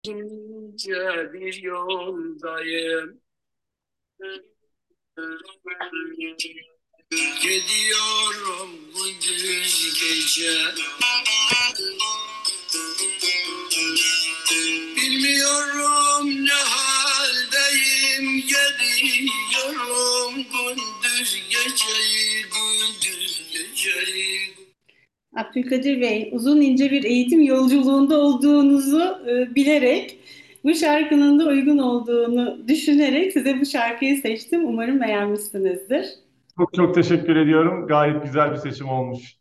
İnce bir yoldayım. Gidiyorum gündüz gece. Bilmiyorum ne haldeyim. Gidiyorum gündüz geceyi, gündüz geceyi. Abdülkadir Bey, uzun ince bir eğitim yolculuğunda olduğunuzu bilerek, bu şarkının da uygun olduğunu düşünerek size bu şarkıyı seçtim. Umarım beğenmişsinizdir. Çok çok teşekkür ediyorum. Gayet güzel bir seçim olmuş.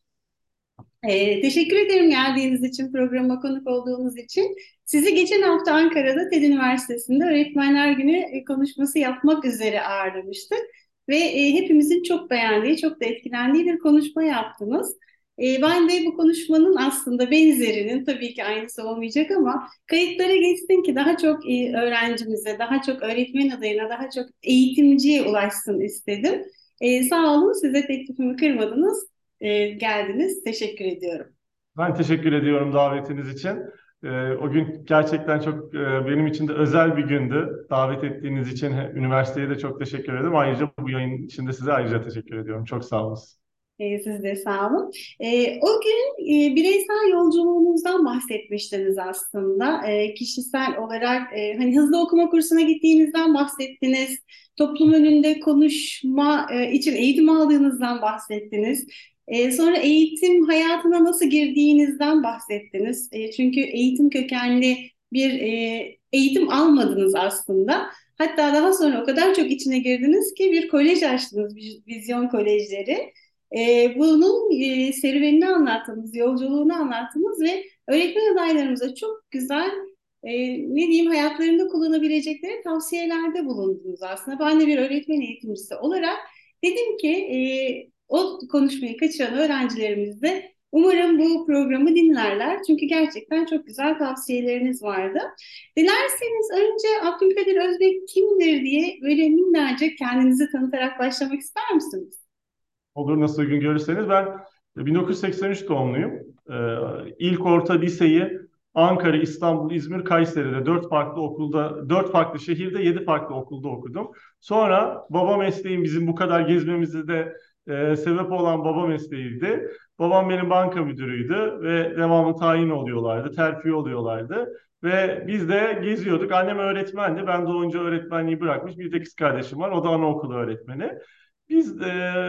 Teşekkür ederim geldiğiniz için, programa konuk olduğunuz için. Sizi geçen hafta Ankara'da TED Üniversitesi'nde Öğretmenler Günü konuşması yapmak üzere ağırlamıştık. Ve hepimizin çok beğendiği, çok da etkilendiği bir konuşma yaptınız. Ben de bu konuşmanın aslında benzerinin, tabii ki aynısı olmayacak ama kayıtlara geçsin ki daha çok öğrencimize, daha çok öğretmen adayına, daha çok eğitimciye ulaşsın istedim. Sağ olun, size teklifimi kırmadınız, geldiniz. Teşekkür ediyorum. Ben teşekkür ediyorum davetiniz için. O gün gerçekten çok benim için de özel bir gündü. Davet ettiğiniz için üniversiteye de çok teşekkür ederim. Ayrıca bu yayın için de size ayrıca teşekkür ediyorum. Çok sağ olun. Siz de sağ olun. O gün bireysel yolculuğunuzdan bahsetmiştiniz aslında. Kişisel olarak hani hızlı okuma kursuna gittiğinizden bahsettiniz. Toplum önünde konuşma için eğitim aldığınızdan bahsettiniz. Sonra eğitim hayatına nasıl girdiğinizden bahsettiniz. Çünkü eğitim kökenli bir eğitim almadınız aslında. Hatta daha sonra o kadar çok içine girdiniz ki bir kolej açtınız, vizyon kolejleri. Bunun serüvenini anlattınız, yolculuğunu anlattınız ve öğretmen adaylarımıza çok güzel, ne diyeyim, hayatlarında kullanabilecekleri tavsiyelerde bulundunuz aslında. Ben de bir öğretmen eğitimcisi olarak dedim ki o konuşmayı kaçıran öğrencilerimiz de umarım bu programı dinlerler. Çünkü gerçekten çok güzel tavsiyeleriniz vardı. Dilerseniz önce Abdülkadir Özbek kimdir diye böyle minnacık kendinizi tanıtarak başlamak ister misiniz? Olur, nasıl uygun görürseniz. Ben 1983 doğumluyum. İlk orta liseyi Ankara, İstanbul, İzmir, Kayseri'de dört farklı okulda, dört farklı şehirde, yedi farklı okulda okudum. Sonra baba mesleğim, bizim bu kadar gezmemize de sebep olan baba mesleğiydi. Babam benim banka müdürüydü ve devamlı tayin oluyorlardı, terfi oluyorlardı. Ve biz de geziyorduk. Annem öğretmendi. Ben doğunca öğretmenliği bırakmış. Bir de kız kardeşim var. O da anaokulu öğretmeni. Biz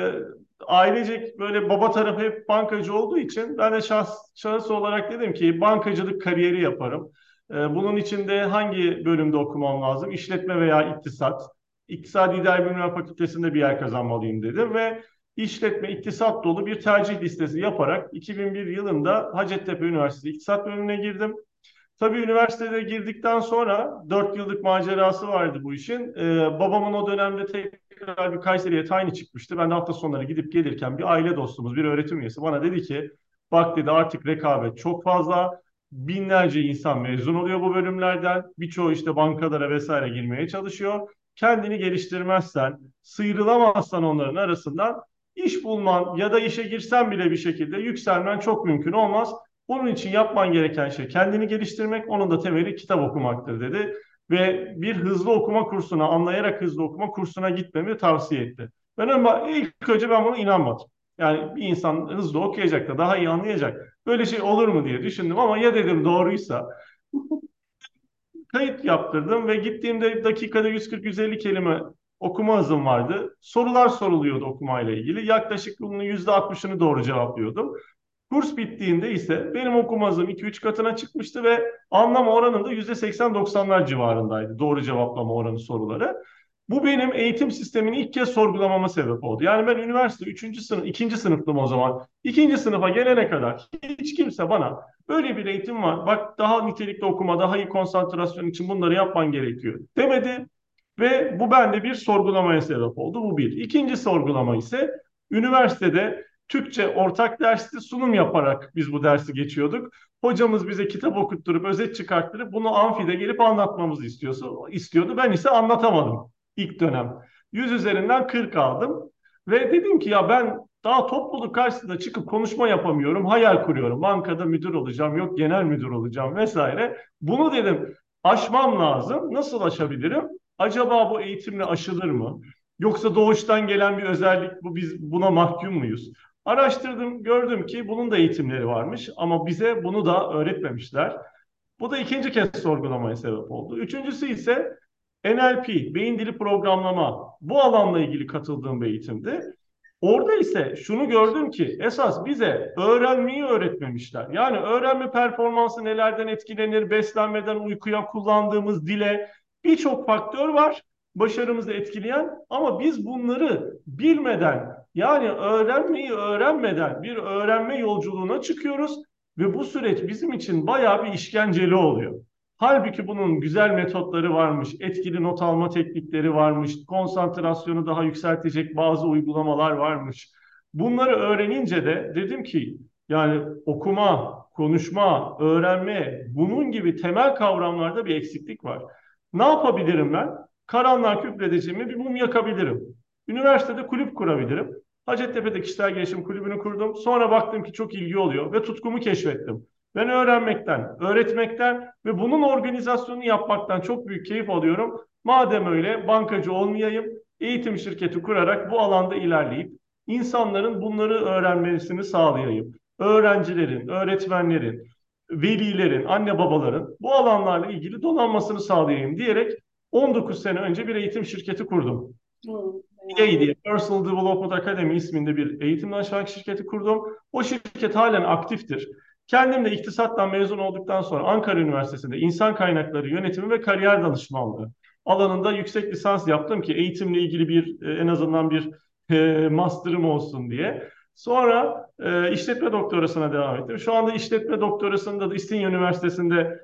ailecek böyle baba tarafı hep bankacı olduğu için ben de şahıs olarak dedim ki bankacılık kariyeri yaparım. Bunun için de hangi bölümde okumam lazım? İşletme veya iktisat. İktisadi İdari Bilimler Fakültesi'nde bir yer kazanmalıyım dedim ve işletme, iktisat dolu bir tercih listesi yaparak 2001 yılında Hacettepe Üniversitesi İktisat Bölümüne girdim. Tabii üniversitede girdikten sonra 4 yıllık macerası vardı bu işin. Babamın o dönemde tekrar bir Kayseri'ye tayini çıkmıştı. Ben de hafta sonları gidip gelirken bir aile dostumuz, bir öğretim üyesi bana dedi ki bak dedi, artık rekabet çok fazla. Binlerce insan mezun oluyor bu bölümlerden. Birçoğu işte bankalara vesaire girmeye çalışıyor. Kendini geliştirmezsen, sıyrılamazsan onların arasından iş bulman ya da işe girsen bile bir şekilde yükselmen çok mümkün olmaz. Bunun için yapman gereken şey kendini geliştirmek, onun da temeli kitap okumaktır dedi. Ve bir hızlı okuma kursuna, anlayarak hızlı okuma kursuna gitmemi tavsiye etti. İlk önce ben buna inanmadım. Yani bir insan hızlı okuyacak da daha iyi anlayacak. Böyle şey olur mu diye düşündüm ama ya dedim doğruysa. Kayıt yaptırdım ve gittiğimde dakikada 140-150 kelime okuma hızım vardı. Sorular soruluyordu okumayla ilgili. Yaklaşık bunun %60'ını doğru cevaplıyordum. Kurs bittiğinde ise benim okuma hızım 2-3 katına çıkmıştı ve anlama oranı da %80-90'lar civarındaydı. Doğru cevaplama oranı soruları. Bu benim eğitim sistemini ilk kez sorgulamama sebep oldu. Yani ben üniversite 3. sınıf, 2. sınıftım o zaman. 2. sınıfa gelene kadar hiç kimse bana böyle bir eğitim var, bak daha nitelikli okuma, daha iyi konsantrasyon için bunları yapman gerekiyor demedi. Ve bu bende bir sorgulamaya sebep oldu. Bu bir. İkinci sorgulama ise üniversitede Türkçe ortak derste sunum yaparak biz bu dersi geçiyorduk. Hocamız bize kitap okutturup özet çıkarttırıp bunu amfide gelip anlatmamızı istiyordu. Ben ise anlatamadım ilk dönem. 100 üzerinden 40 aldım. Ve dedim ki ya ben daha topluluk karşısında çıkıp konuşma yapamıyorum. Hayal kuruyorum. Bankada müdür olacağım, yok genel müdür olacağım vesaire. Bunu dedim Aşmam lazım. Nasıl aşabilirim? Acaba bu eğitimle aşılır mı? Yoksa doğuştan gelen bir özellik bu, biz buna mahkum muyuz? Araştırdım, gördüm ki bunun da eğitimleri varmış ama bize bunu da öğretmemişler. Bu da ikinci kez sorgulamaya sebep oldu. Üçüncüsü ise NLP, beyin dili programlama. Bu alanla ilgili katıldığım bir eğitimdi. Orada ise şunu gördüm ki esas bize öğrenmeyi öğretmemişler. Yani öğrenme performansı nelerden etkilenir, beslenmeden uykuya, kullandığımız dile, birçok faktör var başarımızı etkileyen, ama biz bunları bilmeden, yani öğrenmeyi öğrenmeden bir öğrenme yolculuğuna çıkıyoruz ve bu süreç bizim için bayağı bir işkenceli oluyor. Halbuki bunun güzel metotları varmış, etkili not alma teknikleri varmış, konsantrasyonu daha yükseltecek bazı uygulamalar varmış. Bunları öğrenince de dedim ki yani okuma, konuşma, öğrenme, bunun gibi temel kavramlarda bir eksiklik var. Ne yapabilirim ben? Karanlığa küfredeceğimi bir mum yakabilirim. Üniversitede kulüp kurabilirim. Hacettepe'de kişisel gelişim kulübünü kurdum. Sonra baktım ki çok ilgi oluyor ve tutkumu keşfettim. Ben öğrenmekten, öğretmekten ve bunun organizasyonunu yapmaktan çok büyük keyif alıyorum. Madem öyle bankacı olmayayım, eğitim şirketi kurarak bu alanda ilerleyip insanların bunları öğrenmesini sağlayayım. Öğrencilerin, öğretmenlerin, velilerin, anne babaların bu alanlarla ilgili donanmasını sağlayayım diyerek 19 sene önce bir eğitim şirketi kurdum. PA diye Personal Development Academy isminde bir eğitim danışmanlık şirketi kurdum. O şirket halen aktiftir. Kendim de iktisattan mezun olduktan sonra Ankara Üniversitesi'nde insan kaynakları yönetimi ve kariyer danışmanlığı alanında yüksek lisans yaptım ki eğitimle ilgili bir en azından bir master'ım olsun diye. Sonra işletme doktorasına devam ettim. Şu anda işletme doktorasında da İstinye Üniversitesi'nde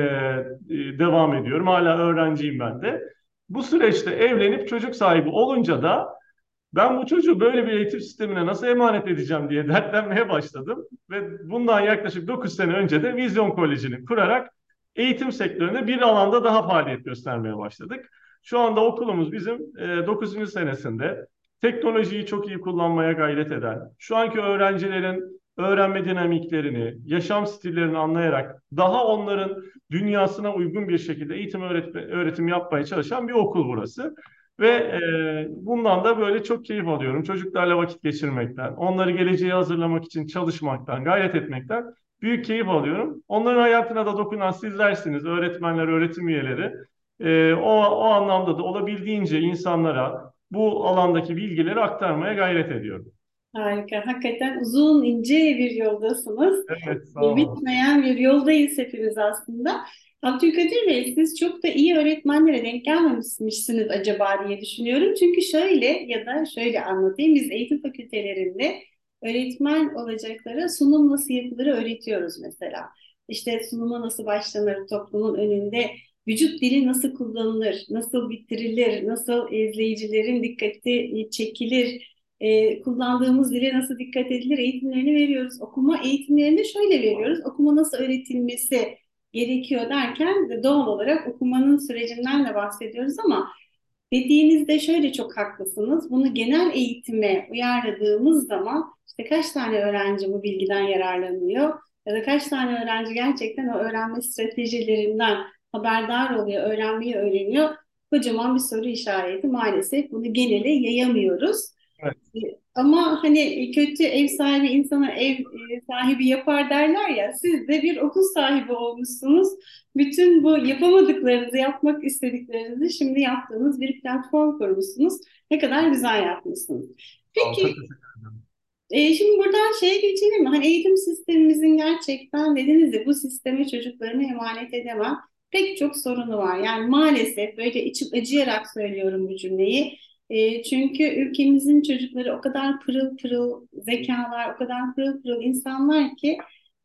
devam ediyorum. Hala öğrenciyim ben de. Bu süreçte evlenip çocuk sahibi olunca da ben bu çocuğu böyle bir eğitim sistemine nasıl emanet edeceğim diye dertlenmeye başladım. Ve bundan yaklaşık 9 sene önce de Vizyon Koleji'ni kurarak eğitim sektöründe bir alanda daha faaliyet göstermeye başladık. Şu anda okulumuz bizim 9. senesinde teknolojiyi çok iyi kullanmaya gayret eden, şu anki öğrencilerin öğrenme dinamiklerini, yaşam stillerini anlayarak daha onların dünyasına uygun bir şekilde öğretim yapmaya çalışan bir okul burası. Ve bundan da böyle çok keyif alıyorum. Çocuklarla vakit geçirmekten, onları geleceğe hazırlamak için çalışmaktan, gayret etmekten büyük keyif alıyorum. Onların hayatına da dokunan sizlersiniz, öğretmenler, öğretim üyeleri. O anlamda da olabildiğince insanlara bu alandaki bilgileri aktarmaya gayret ediyorum. Harika. Hakikaten uzun ince bir yoldasınız. Evet, sağ olun. Bitmeyen bir yoldayız hepimiz aslında. Abdülkadir Bey, siz çok da iyi öğretmenlere denk gelmemişsiniz acaba diye düşünüyorum. Çünkü şöyle ya da şöyle anlatayım. Biz eğitim fakültelerinde öğretmen olacaklara sunum nasıl yapılır öğretiyoruz mesela. İşte sunuma nasıl başlanır, toplumun önünde vücut dili nasıl kullanılır, nasıl bitirilir, nasıl izleyicilerin dikkati çekilir, kullandığımız dile nasıl dikkat edilir eğitimlerini veriyoruz. Okuma eğitimlerini de şöyle veriyoruz. Okuma nasıl öğretilmesi gerekiyor derken de doğal olarak okumanın sürecinden de bahsediyoruz ama dediğinizde şöyle çok haklısınız. Bunu genel eğitime uyarladığımız zaman işte kaç tane öğrenci bu bilgiden yararlanıyor ya da kaç tane öğrenci gerçekten o öğrenme stratejilerinden haberdar oluyor, öğrenmeyi öğreniyor. Kocaman bir soru işareti. Maalesef bunu genele yayamıyoruz. Evet, Ama hani kötü ev sahibi insana ev sahibi yapar derler ya, siz de bir okul sahibi olmuşsunuz. Bütün bu yapamadıklarınızı, yapmak istediklerinizi şimdi yaptığınız bir platform kurmuşsunuz. Ne kadar güzel yapmışsınız. sağ olun. Çok Peki, teşekkür ederim. şimdi buradan şeye geçelim mi? Hani eğitim sistemimizin gerçekten dediniz ya bu sisteme çocuklarını emanet edemem. Pek çok sorunu var. Yani maalesef böyle içim acıyarak söylüyorum bu cümleyi. Çünkü ülkemizin çocukları o kadar pırıl pırıl zekalar, o kadar pırıl pırıl insanlar ki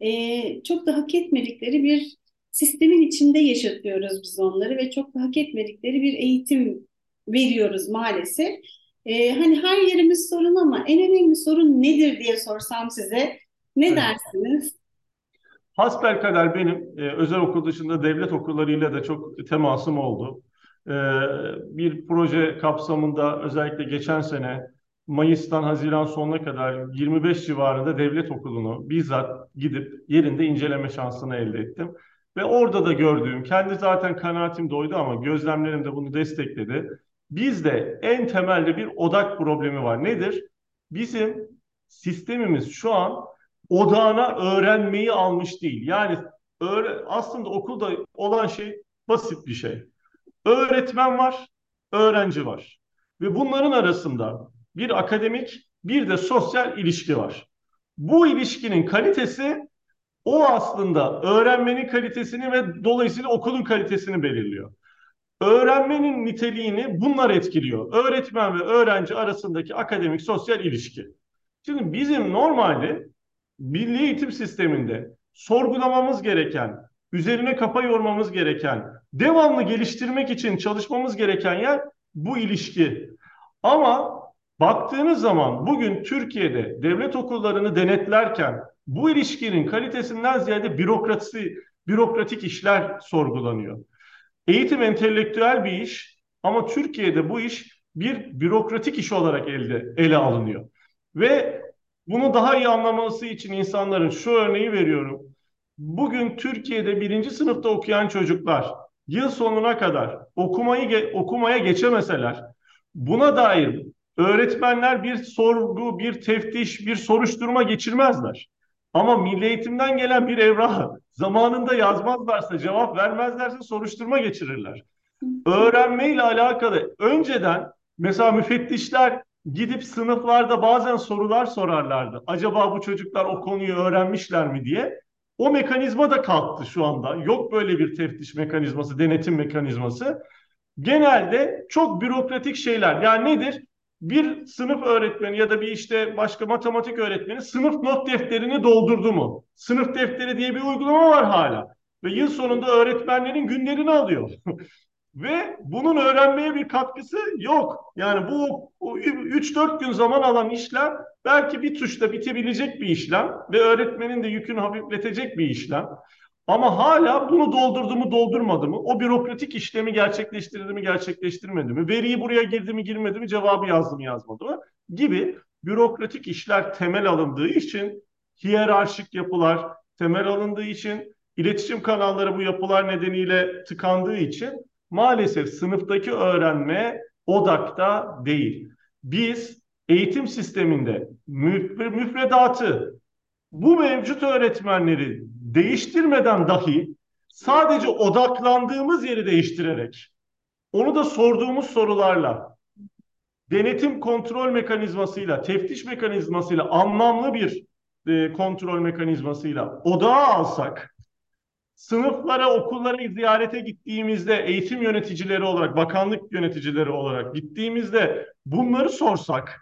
çok da hak etmedikleri bir sistemin içinde yaşatıyoruz biz onları ve çok da hak etmedikleri bir eğitim veriyoruz maalesef. Hani her yerimiz sorun ama en önemli sorun nedir diye sorsam size ne Evet. dersiniz? Hasbelkader benim özel okul dışında devlet okullarıyla da çok temasım oldu. E, Bir proje kapsamında özellikle geçen sene Mayıs'tan Haziran sonuna kadar 25 civarında devlet okulunu bizzat gidip yerinde inceleme şansını elde ettim. ve orada da gördüğüm, kendi zaten kanaatim doydu ama gözlemlerim de bunu destekledi. Bizde en temelde bir odak problemi var. Nedir? Bizim sistemimiz şu an odağına öğrenmeyi almış değil. Yani aslında okulda olan şey basit bir şey. Öğretmen var, öğrenci var. Ve bunların arasında bir akademik, bir de sosyal ilişki var. Bu ilişkinin kalitesi o aslında öğrenmenin kalitesini ve dolayısıyla okulun kalitesini belirliyor. Öğrenmenin niteliğini bunlar etkiliyor. Öğretmen ve öğrenci arasındaki akademik sosyal ilişki. Şimdi bizim normalde milli eğitim sisteminde sorgulamamız gereken, üzerine kafa yormamız gereken, devamlı geliştirmek için çalışmamız gereken yer bu ilişki. Ama baktığınız zaman bugün Türkiye'de devlet okullarını denetlerken bu ilişkinin kalitesinden ziyade bürokratik işler sorgulanıyor. Eğitim entelektüel bir iş ama Türkiye'de bu iş bir bürokratik iş olarak ele alınıyor. Ve bunu daha iyi anlaması için insanların şu örneği veriyorum. Bugün Türkiye'de birinci sınıfta okuyan çocuklar yıl sonuna kadar okumaya geçemeseler, buna dair öğretmenler bir sorgu, bir teftiş, bir soruşturma geçirmezler. Ama milli eğitimden gelen bir evrağı zamanında yazmazlarsa, cevap vermezlerse soruşturma geçirirler. Öğrenmeyle alakalı önceden mesela müfettişler gidip sınıflarda bazen sorular sorarlardı. Acaba bu çocuklar o konuyu öğrenmişler mi diye. O mekanizma da kalktı şu anda. Yok böyle bir teftiş mekanizması, denetim mekanizması. Genelde çok bürokratik şeyler. Yani nedir? Bir sınıf öğretmeni ya da bir işte başka matematik öğretmeni sınıf not defterini doldurdu mu? Sınıf defteri diye bir uygulama var hala. Ve yıl sonunda öğretmenlerin günlerini alıyor. Ve bunun öğrenmeye bir katkısı yok. Yani bu 3-4 gün zaman alan işlem belki bir tuşla bitebilecek bir işlem ve öğretmenin de yükünü hafifletecek bir işlem. Ama hala bunu doldurdu mu doldurmadı mı? O bürokratik işlemi gerçekleştirdi mi gerçekleştirmedi mi? Veriyi buraya girdi mi girmedi mi? Cevabı yazdı mı yazmadı mı? Gibi bürokratik işler temel alındığı için hiyerarşik yapılar temel alındığı için iletişim kanalları bu yapılar nedeniyle tıkandığı için maalesef sınıftaki öğrenme odakta değil. Biz eğitim sisteminde müfredatı bu mevcut öğretmenleri değiştirmeden dahi sadece odaklandığımız yeri değiştirerek, onu da sorduğumuz sorularla, denetim kontrol mekanizmasıyla, teftiş mekanizmasıyla, anlamlı bir kontrol mekanizmasıyla odağa alsak, sınıflara, okullara ziyarete gittiğimizde eğitim yöneticileri olarak, bakanlık yöneticileri olarak gittiğimizde bunları sorsak,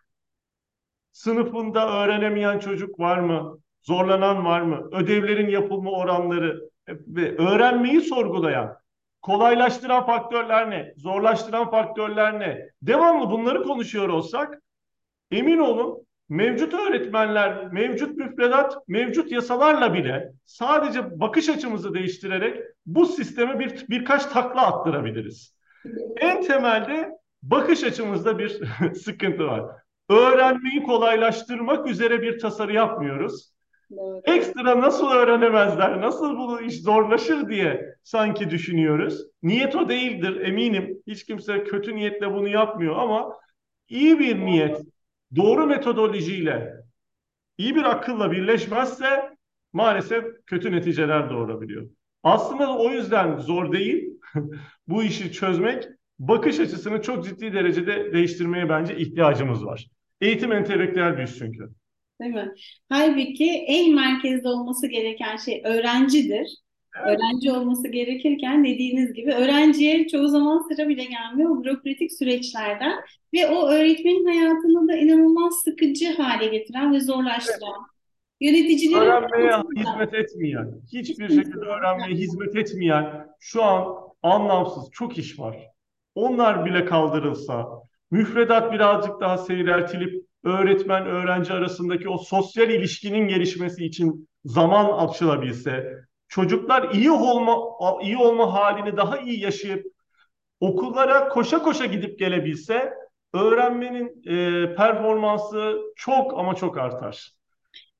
sınıfında öğrenemeyen çocuk var mı? Zorlanan var mı? Ödevlerin yapılma oranları ve öğrenmeyi sorgulayan, kolaylaştıran faktörler ne? Zorlaştıran faktörler ne? Devamlı bunları konuşuyor olsak emin olun mevcut öğretmenler, mevcut müfredat, mevcut yasalarla bile sadece bakış açımızı değiştirerek bu sisteme birkaç takla attırabiliriz. En temelde bakış açımızda bir sıkıntı var. Öğrenmeyi kolaylaştırmak üzere bir tasarı yapmıyoruz. Doğru. Ekstra nasıl öğrenemezler, nasıl bu iş zorlaşır diye sanki düşünüyoruz. Niyet o değildir eminim. Hiç kimse kötü niyetle bunu yapmıyor ama iyi bir niyet, doğru metodolojiyle, iyi bir akılla birleşmezse maalesef kötü neticeler doğurabiliyor. Aslında o yüzden zor değil bu işi çözmek. Bakış açısını çok ciddi derecede değiştirmeye bence ihtiyacımız var. Eğitim entelektüel bir iş çünkü. Değil mi? Halbuki en merkezde olması gereken şey öğrencidir. Evet. Öğrenci olması gerekirken dediğiniz gibi öğrenciye çoğu zaman sıra bile gelmiyor o bürokratik süreçlerden ve o öğretmenin hayatını da inanılmaz sıkıcı hale getiren ve zorlaştıran yöneticilerin Öğrenmeye hayatını hizmet etmeyen, hiçbir şekilde da öğrenmeye hizmet etmeyen şu an anlamsız çok iş var. Onlar bile kaldırılsa, müfredat birazcık daha seyreltilip öğretmen öğrenci arasındaki o sosyal ilişkinin gelişmesi için zaman açılabilse, çocuklar iyi olma halini daha iyi yaşayıp okullara koşa koşa gidip gelebilse, öğrenmenin performansı çok ama çok artar.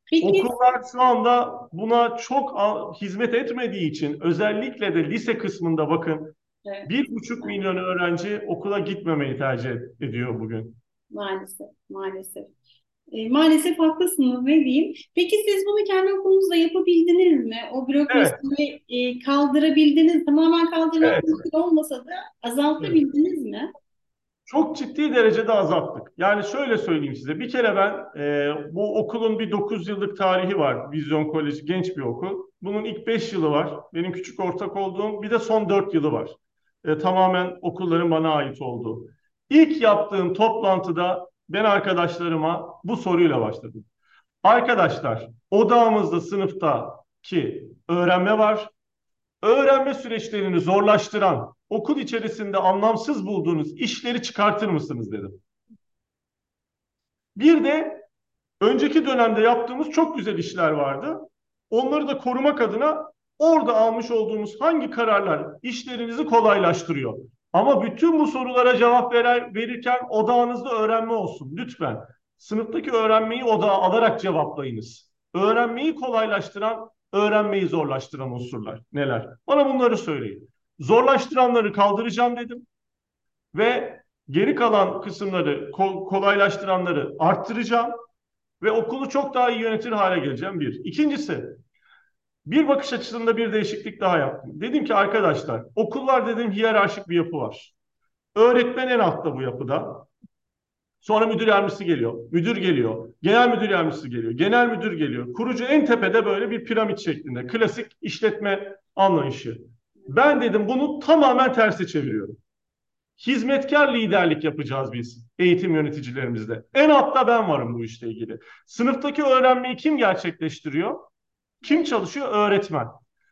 Peki, Okullar şu anda buna çok hizmet etmediği için özellikle de lise kısmında bakın evet, 1,5 milyon öğrenci okula gitmemeyi tercih ediyor bugün. maalesef, maalesef. Maalesef haklısınız, ne diyeyim. Peki siz bunu kendi okulunuzda yapabildiniz mi? O Evet, bürokrasiyi kaldırabildiniz, tamamen kaldırmak evet, mümkün olmasa da evet. azaltabildiniz mi? Çok ciddi derecede azalttık. Yani şöyle söyleyeyim size. Bir kere ben bu okulun bir 9 yıllık tarihi var. Vizyon Koleji genç bir okul. Bunun ilk 5 yılı var. Benim küçük ortak olduğum bir de son 4 yılı var. Tamamen okulların bana ait olduğu. İlk yaptığım toplantıda ben arkadaşlarıma bu soruyla başladım. Arkadaşlar, odağımızda sınıftaki öğrenme var. Öğrenme süreçlerini zorlaştıran, okul içerisinde anlamsız bulduğunuz işleri çıkartır mısınız dedim. Bir de önceki dönemde yaptığımız çok güzel işler vardı. Onları da korumak adına orada almış olduğumuz hangi kararlar işlerinizi kolaylaştırıyor? Ama bütün bu sorulara cevap verirken odağınızda öğrenme olsun lütfen. Sınıftaki öğrenmeyi odağa alarak cevaplayınız. Öğrenmeyi kolaylaştıran, öğrenmeyi zorlaştıran unsurlar neler? Bana bunları söyleyin. Zorlaştıranları kaldıracağım dedim ve geri kalan kısımları, kolaylaştıranları arttıracağım ve okulu çok daha iyi yönetir hale geleceğim bir. İkincisi, bir bakış açısında bir değişiklik daha yaptım. Dedim ki arkadaşlar, okullar dedim hiyerarşik bir yapı var. Öğretmen en altta bu yapıda. Sonra müdür yardımcısı geliyor, müdür geliyor, genel müdür yardımcısı geliyor, genel müdür geliyor. Kurucu en tepede böyle bir piramit şeklinde, klasik işletme anlayışı. Ben dedim bunu tamamen terse çeviriyorum. Hizmetkar liderlik yapacağız biz eğitim yöneticilerimizde. En altta ben varım bu işle ilgili. Sınıftaki öğrenmeyi kim gerçekleştiriyor? Kim çalışıyor? Öğretmen.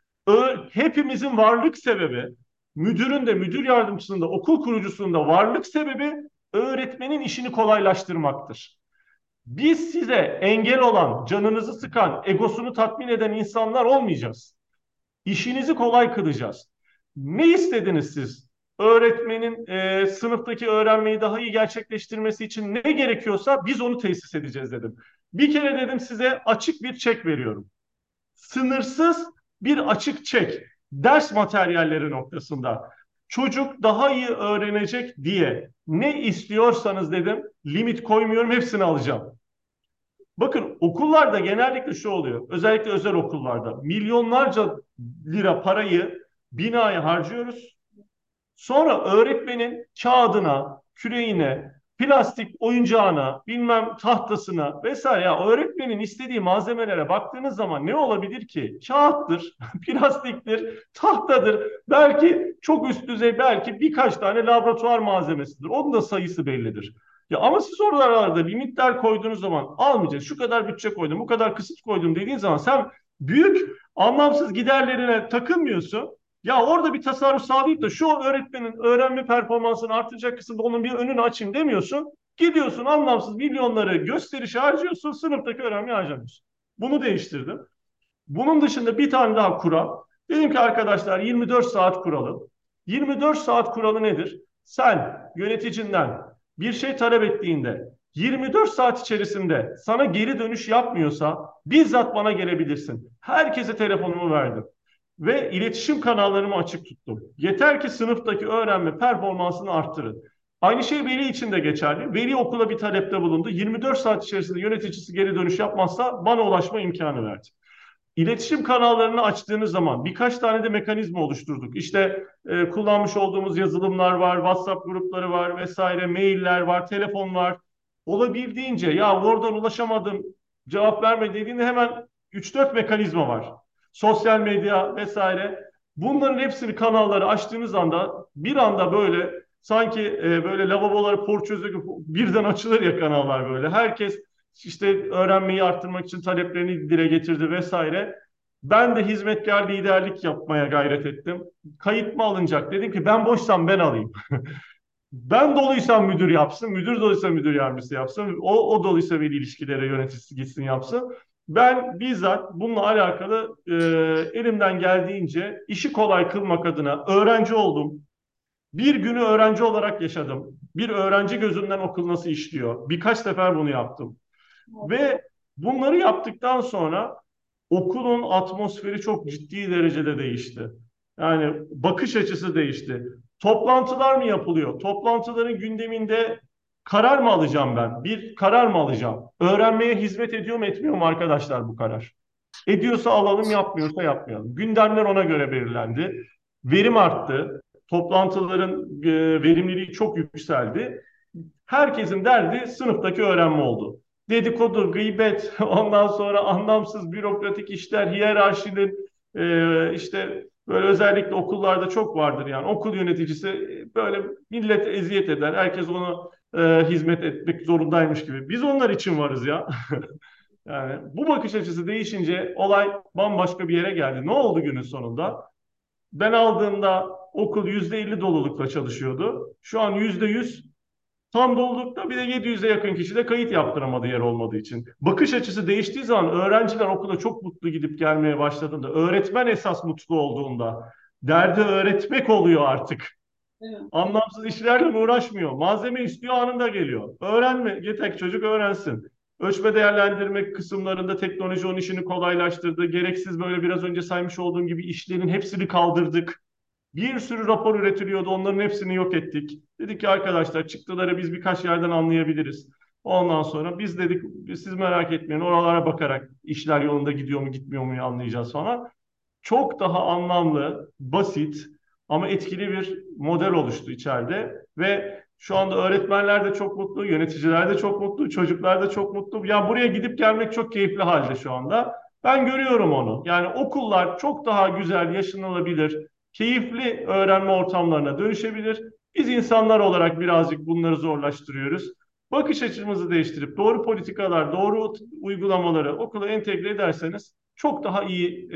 Hepimizin varlık sebebi, müdürün de, müdür yardımcısının da, okul kurucusunun da varlık sebebi öğretmenin işini kolaylaştırmaktır. Biz size engel olan, canınızı sıkan, egosunu tatmin eden insanlar olmayacağız. İşinizi kolay kılacağız. Ne istediniz siz? Öğretmenin sınıftaki öğrenmeyi daha iyi gerçekleştirmesi için ne gerekiyorsa biz onu tesis edeceğiz dedim. Bir kere dedim size açık bir çek veriyorum. Sınırsız bir açık çek. Ders materyalleri noktasında. Çocuk daha iyi öğrenecek diye ne istiyorsanız dedim limit koymuyorum hepsini alacağım. Bakın okullarda genellikle şu oluyor. Özellikle özel okullarda milyonlarca lira parayı binaya harcıyoruz. Sonra öğretmenin kağıdına, küreğine, plastik oyuncağına, bilmem tahtasına vesaire ya öğretmenin istediği malzemelere baktığınız zaman ne olabilir ki? Kağıttır, plastiktir, tahtadır. Belki çok üst düzey belki birkaç tane laboratuvar malzemesidir. Onun da sayısı bellidir. Ya ama siz oralarda limitler koyduğunuz zaman almayacağız. Şu kadar bütçe koydum, bu kadar kısıt koydum dediğin zaman sen büyük anlamsız giderlerine takılmıyorsun. Ya orada bir tasarruf sağlayıp da şu öğretmenin öğrenme performansını artıracak kısımda onun bir önünü açayım demiyorsun. Gidiyorsun anlamsız milyonları gösteriş harcıyorsun, sınıftaki öğrenmeyi harcamıyorsun. Bunu değiştirdim. Bunun dışında bir tane daha kural. Dedim ki arkadaşlar 24 saat kuralı. 24 saat kuralı nedir? Sen yöneticinden bir şey talep ettiğinde 24 saat içerisinde sana geri dönüş yapmıyorsa bizzat bana gelebilirsin. Herkese telefonumu verdim ve iletişim kanallarımı açık tuttum. Yeter ki sınıftaki öğrenme performansını arttırın. Aynı şey veli için de geçerli. Veli okula bir talepte bulundu. 24 saat içerisinde yöneticisi geri dönüş yapmazsa bana ulaşma imkanı verdi. İletişim kanallarını açtığınız zaman birkaç tane de mekanizma oluşturduk. İşte kullanmış olduğumuz yazılımlar var, WhatsApp grupları var vesaire, mailler var, telefon var. Olabildiğince ya oradan ulaşamadım, cevap verme dediğinde hemen 3-4 mekanizma var. Sosyal medya vesaire. Bunların hepsini kanalları açtığınız anda bir anda böyle sanki böyle lavaboları porçözü birden açılır ya kanallar böyle. Herkes işte öğrenmeyi arttırmak için taleplerini dile getirdi vesaire. Ben de hizmetkar liderlik yapmaya gayret ettim. Kayıt mı alınacak? Dedim ki ben boşsam ben alayım. Ben doluysam müdür yapsın, müdür doluysa müdür yardımcısı yapsın, o doluysa veli ilişkileri yöneticisi gitsin yapsın. Ben bizzat bununla alakalı elimden geldiğince işi kolay kılmak adına öğrenci oldum. Bir günü öğrenci olarak yaşadım. Bir öğrenci gözünden okul nasıl işliyor? Birkaç sefer bunu yaptım. Ve Bunları yaptıktan sonra okulun atmosferi çok ciddi derecede değişti. Yani bakış açısı değişti. Toplantılar mı yapılıyor? Toplantıların gündeminde karar mı alacağım ben? Bir karar mı alacağım? Öğrenmeye hizmet ediyor mu etmiyor mu arkadaşlar bu karar? Ediyorsa alalım, yapmıyorsa yapmayalım. Gündemler ona göre belirlendi. Verim arttı. Toplantıların verimliliği çok yükseldi. Herkesin derdi sınıftaki öğrenme oldu. Dedikodu, gıybet, ondan sonra anlamsız bürokratik işler, hiyerarşinin işte böyle özellikle okullarda çok vardır yani. Okul yöneticisi böyle millet eziyet eder. Herkes ona hizmet etmek zorundaymış gibi. Biz onlar için varız ya. Yani bu bakış açısı değişince olay bambaşka bir yere geldi. Ne oldu günün sonunda? Ben aldığımda okul %50 dolulukla çalışıyordu. Şu an %100 tam dolulukta, bir de 700'e yakın kişi de kayıt yaptıramadı yer olmadığı için. Bakış açısı değiştiği zaman öğrenciler okula çok mutlu gidip gelmeye başladığında, öğretmen esas mutlu olduğunda, derdi öğretmek oluyor artık. Evet. Anlamsız işlerle uğraşmıyor. Malzeme istiyor, anında geliyor. Öğrenme, yeter çocuk öğrensin. Ölçme değerlendirme kısımlarında teknoloji onun işini kolaylaştırdı. Gereksiz böyle biraz önce saymış olduğum gibi işlerin hepsini kaldırdık. Bir sürü rapor üretiliyordu. Onların hepsini yok ettik. Dedik ki arkadaşlar çıktıları biz birkaç yerden anlayabiliriz. Ondan sonra biz dedik siz merak etmeyin, oralara bakarak işler yolunda gidiyor mu gitmiyor mu anlayacağız falan. Çok daha anlamlı, basit ama etkili bir model oluştu içeride ve şu anda öğretmenler de çok mutlu, yöneticiler de çok mutlu, çocuklar da çok mutlu. Ya buraya gidip gelmek çok keyifli halde şu anda. Ben görüyorum onu. Yani okullar çok daha güzel, yaşanılabilir, keyifli öğrenme ortamlarına dönüşebilir. Biz insanlar olarak birazcık bunları zorlaştırıyoruz. Bakış açımızı değiştirip doğru politikalar, doğru uygulamaları okula entegre ederseniz çok daha iyi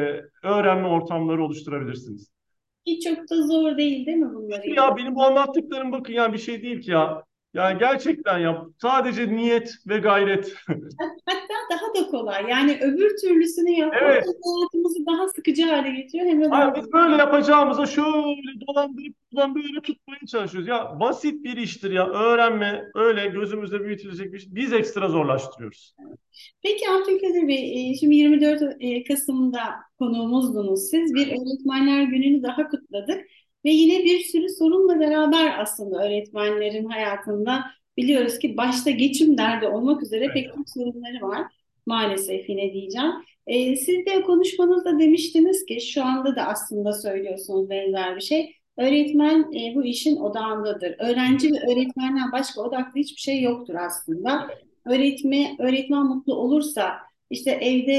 öğrenme ortamları oluşturabilirsiniz. Hiç çok da zor değil, değil mi bunları Ya yapmak? benim bu anlattıklarım bakın ya bir şey değil ki ya. Yani gerçekten ya sadece niyet ve gayret. Hatta daha da kolay. Yani öbür türlüsünü yapmak Evet. hem hayatımızı daha sıkıcı hale getiriyor hem de daha Hayır, biz böyle yapacağımıza şöyle dolandırıp buradan böyle tutmaya çalışıyoruz. Ya basit bir iştir ya. Öğrenme öyle gözümüzde büyütülecek bir iş. Biz ekstra zorlaştırıyoruz. Peki Abdülkadir Bey, şimdi 24 Kasım'da konuğumuzdunuz siz. Bir Öğretmenler Günü'nü daha kutladık ve yine bir sürü sorunla beraber aslında öğretmenlerin hayatında biliyoruz ki başta geçim derdi olmak üzere pek çok sorunları var. Maalesef yine diyeceğim. Siz de konuşmanızda demiştiniz ki şu anda da aslında söylüyorsunuz benzer bir şey. Öğretmen bu işin odağındadır. Öğrenci ve öğretmenden başka odaklı hiçbir şey yoktur aslında. Öğretmen mutlu olursa işte evde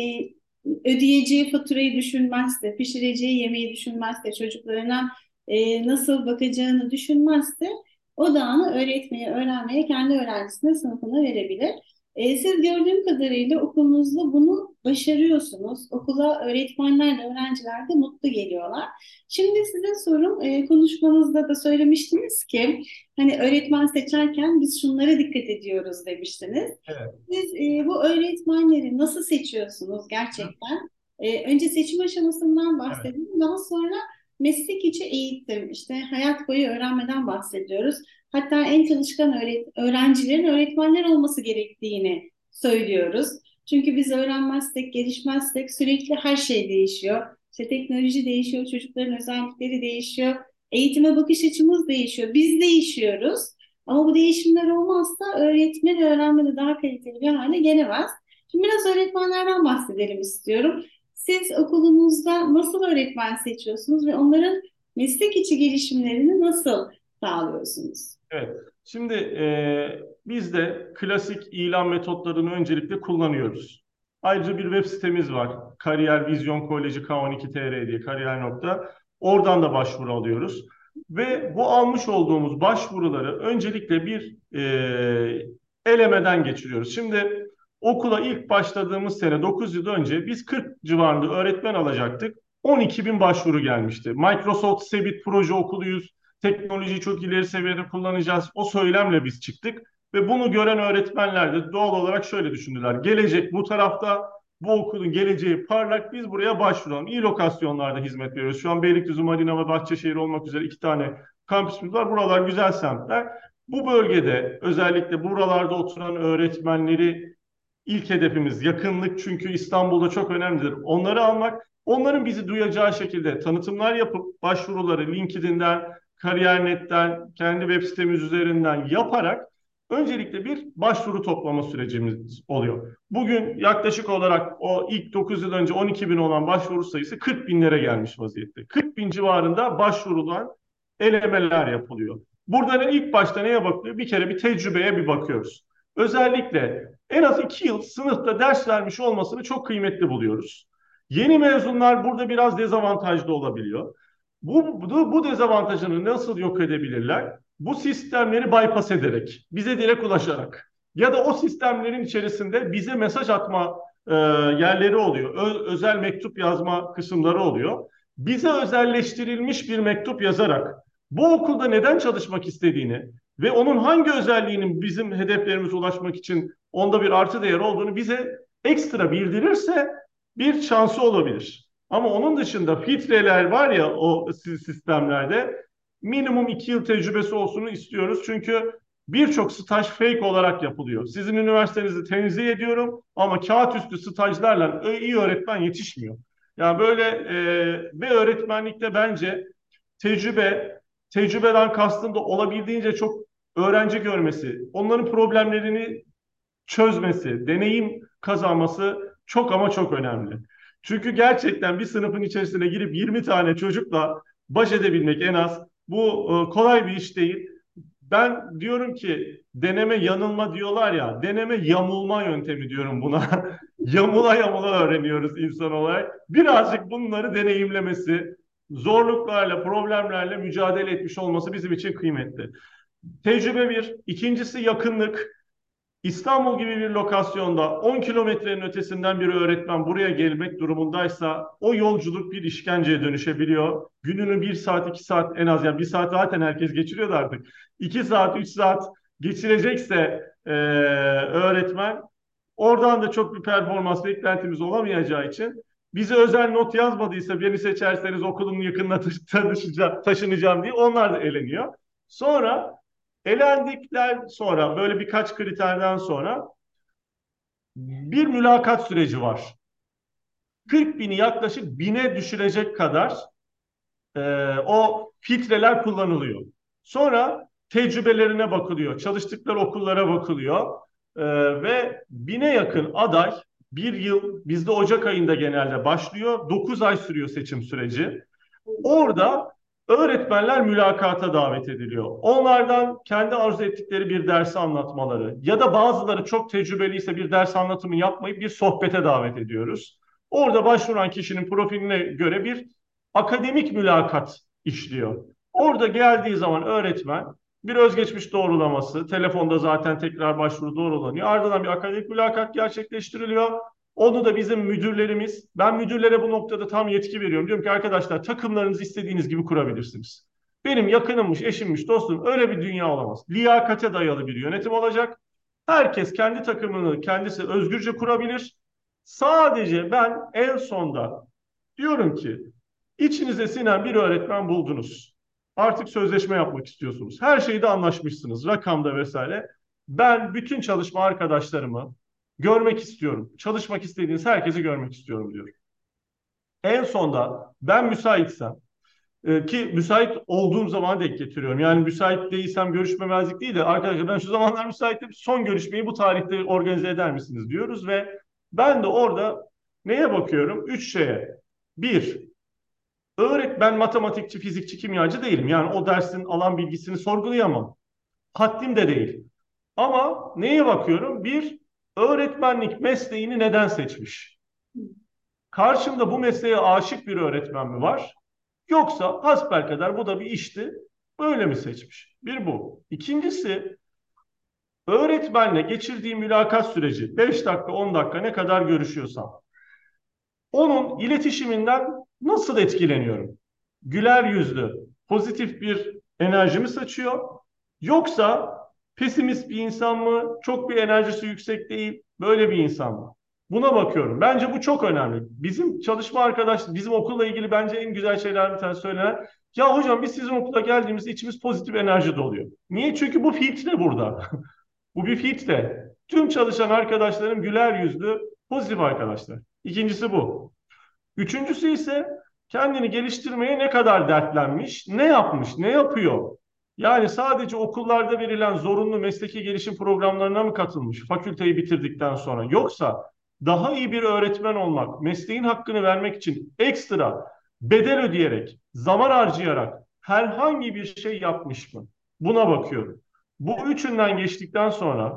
ödeyeceği faturayı düşünmezse, pişireceği yemeği düşünmezse, çocuklarına nasıl bakacağını düşünmezse odağını öğretmeye, öğrenmeye, kendi öğrencisine, sınıfına verebilir. Siz gördüğüm kadarıyla okulunuzda bunu başarıyorsunuz. Okula öğretmenler de öğrenciler de mutlu geliyorlar. Şimdi size sorum, konuşmanızda da söylemiştiniz ki hani öğretmen seçerken biz şunlara dikkat ediyoruz demiştiniz. Evet. Siz bu öğretmenleri nasıl seçiyorsunuz gerçekten? Önce seçim aşamasından Evet. bahsedelim. Daha sonra meslek içi eğitim, işte hayat boyu öğrenmeden bahsediyoruz. Hatta en çalışkan öğrencilerin öğretmenler olması gerektiğini söylüyoruz. Çünkü biz öğrenmezsek, gelişmezsek sürekli her şey değişiyor. İşte teknoloji değişiyor, çocukların özellikleri değişiyor. Eğitime bakış açımız değişiyor. Biz değişiyoruz. Ama bu değişimler olmazsa öğretme ve öğrenme de daha kaliteli bir hale gelemez. Şimdi biraz öğretmenlerden bahsedelim istiyorum. Siz okulunuzda nasıl öğretmen seçiyorsunuz ve onların meslek içi gelişimlerini nasıl sağlıyorsunuz? Evet. Şimdi biz de klasik ilan metotlarını öncelikle kullanıyoruz. Ayrıca bir web sitemiz var. Kariyer Vizyon Koleji K12 TR diye kariyer nokta. Oradan da başvuru alıyoruz. Ve bu almış olduğumuz başvuruları öncelikle bir elemeden geçiriyoruz. Şimdi okula ilk başladığımız sene 9 yıl önce biz 40 civarında öğretmen alacaktık. 12 bin başvuru gelmişti. Microsoft Cebit proje okuluyuz, teknolojiyi çok ileri seviyede kullanacağız. O söylemle biz çıktık ve bunu gören öğretmenler de doğal olarak şöyle düşündüler. Gelecek bu tarafta, bu okulun geleceği parlak, biz buraya başvuralım. İyi lokasyonlarda hizmet veriyoruz. Şu an Beylikdüzü, Madina ve Bahçeşehir olmak üzere 2 tane kampüsümüz var. Buralar güzel semtler. Bu bölgede özellikle buralarda oturan öğretmenleri ilk hedefimiz. Yakınlık çünkü İstanbul'da çok önemlidir. Onları almak, onların bizi duyacağı şekilde tanıtımlar yapıp başvuruları LinkedIn'den, Kariyer.net'ten, kendi web sitemiz üzerinden yaparak öncelikle bir başvuru toplama sürecimiz oluyor. Bugün yaklaşık olarak o ilk 9 yıl önce 12 bin olan başvuru sayısı 40 binlere gelmiş vaziyette. 40 bin civarında başvurulan elemeler yapılıyor. Burada ilk başta neye bakılıyor? Bir kere bir tecrübeye bir bakıyoruz. Özellikle en az 2 yıl sınıfta ders vermiş olmasını çok kıymetli buluyoruz. Yeni mezunlar burada biraz dezavantajlı olabiliyor. Bu dezavantajını nasıl yok edebilirler? Bu sistemleri bypass ederek, bize direkt ulaşarak ya da o sistemlerin içerisinde bize mesaj atma yerleri oluyor. Özel mektup yazma kısımları oluyor. Bize özelleştirilmiş bir mektup yazarak bu okulda neden çalışmak istediğini ve onun hangi özelliğinin bizim hedeflerimize ulaşmak için onda bir artı değer olduğunu bize ekstra bildirirse bir şansı olabilir. Ama onun dışında filtreler var ya o sistemlerde minimum 2 yıl tecrübesi olsun istiyoruz. Çünkü birçok staj fake olarak yapılıyor. Sizin üniversitenizi tenzih ediyorum ama kağıt üstü stajlarla iyi öğretmen yetişmiyor. Yani böyle ve öğretmenlikte bence tecrübeden kastım da olabildiğince çok öğrenci görmesi, onların problemlerini çözmesi, deneyim kazanması çok ama çok önemli. Çünkü gerçekten bir sınıfın içerisine girip 20 tane çocukla baş edebilmek en az bu kolay bir iş değil. Ben diyorum ki deneme yanılma diyorlar ya, deneme yamulma yöntemi diyorum buna. Yamula yamula öğreniyoruz insan olarak. Birazcık bunları deneyimlemesi, zorluklarla, problemlerle mücadele etmiş olması bizim için kıymetli. Tecrübe bir. İkincisi yakınlık. İstanbul gibi bir lokasyonda 10 kilometrenin ötesinden bir öğretmen buraya gelmek durumundaysa o yolculuk bir işkenceye dönüşebiliyor. Gününü 1 saat 2 saat en az yani 1 saat zaten herkes geçiriyor da artık. 2 saat 3 saat geçirecekse öğretmen oradan da çok bir performans beklentimiz olamayacağı için bize özel not yazmadıysa beni seçerseniz okulun yakınına taşınacağım diye onlar da eleniyor. Sonra elendikten sonra böyle birkaç kriterden sonra bir mülakat süreci var. 40 bini yaklaşık bine düşürecek kadar o filtreler kullanılıyor. Sonra tecrübelerine bakılıyor, çalıştıkları okullara bakılıyor ve bine yakın aday bir yıl bizde Ocak ayında genelde başlıyor. 9 ay sürüyor seçim süreci. Orada öğretmenler mülakata davet ediliyor. Onlardan kendi arzu ettikleri bir dersi anlatmaları ya da bazıları çok tecrübeliyse bir ders anlatımı yapmayıp bir sohbete davet ediyoruz. Orada başvuran kişinin profiline göre bir akademik mülakat işliyor. Orada geldiği zaman öğretmen bir özgeçmiş doğrulaması, telefonda zaten tekrar başvuru doğrulanıyor. Ardından bir akademik mülakat gerçekleştiriliyor. Onu da bizim müdürlerimiz, ben müdürlere bu noktada tam yetki veriyorum. Diyorum ki arkadaşlar takımlarınızı istediğiniz gibi kurabilirsiniz. Benim yakınımmış, eşimmiş, dostum öyle bir dünya olamaz. Liyakate dayalı bir yönetim olacak. Herkes kendi takımını kendisi özgürce kurabilir. Sadece ben en sonda diyorum ki içinize sinen bir öğretmen buldunuz. Artık sözleşme yapmak istiyorsunuz. Her şeyde anlaşmışsınız, rakamda vesaire. Ben bütün çalışma arkadaşlarımı görmek istiyorum. Çalışmak istediğiniz herkesi görmek istiyorum diyor. En sonda ben müsaitsem ki müsait olduğum zaman denk getiriyorum. Yani müsait değilsem görüşmemezlik değil de arkadaşlar ben şu zamanlar müsaitim son görüşmeyi bu tarihte organize eder misiniz diyoruz ve ben de orada neye bakıyorum? 3 şeye. Bir, ben matematikçi, fizikçi, kimyacı değilim. Yani o dersin alan bilgisini sorgulayamam. Haddim de değil. Ama neye bakıyorum? Bir, öğretmenlik mesleğini neden seçmiş? Karşımda bu mesleğe aşık bir öğretmen mi var? Yoksa hasbelkader bu da bir işti. Böyle mi seçmiş? Bir bu. İkincisi öğretmenle geçirdiği mülakat süreci 5 dakika 10 dakika ne kadar görüşüyorsam onun iletişiminden nasıl etkileniyorum? Güler yüzlü, pozitif bir enerji mi saçıyor? Yoksa pesimist bir insan mı? Çok bir enerjisi yüksek değil, böyle bir insan mı? Buna bakıyorum. Bence bu çok önemli. Bizim çalışma bizim okulla ilgili bence en güzel şeyler bir tane söylenen. Ya hocam biz sizin okula geldiğimizde içimiz pozitif enerji doluyor. Niye? Çünkü bu filtre burada. Bu bir filtre. Tüm çalışan arkadaşlarım güler yüzlü, pozitif arkadaşlar. İkincisi bu. Üçüncüsü ise kendini geliştirmeye ne kadar dertlenmiş, ne yapmış, ne yapıyor? Yani sadece okullarda verilen zorunlu mesleki gelişim programlarına mı katılmış fakülteyi bitirdikten sonra? Yoksa daha iyi bir öğretmen olmak, mesleğin hakkını vermek için ekstra bedel ödeyerek, zaman harcayarak herhangi bir şey yapmış mı? Buna bakıyorum. Bu üçünden geçtikten sonra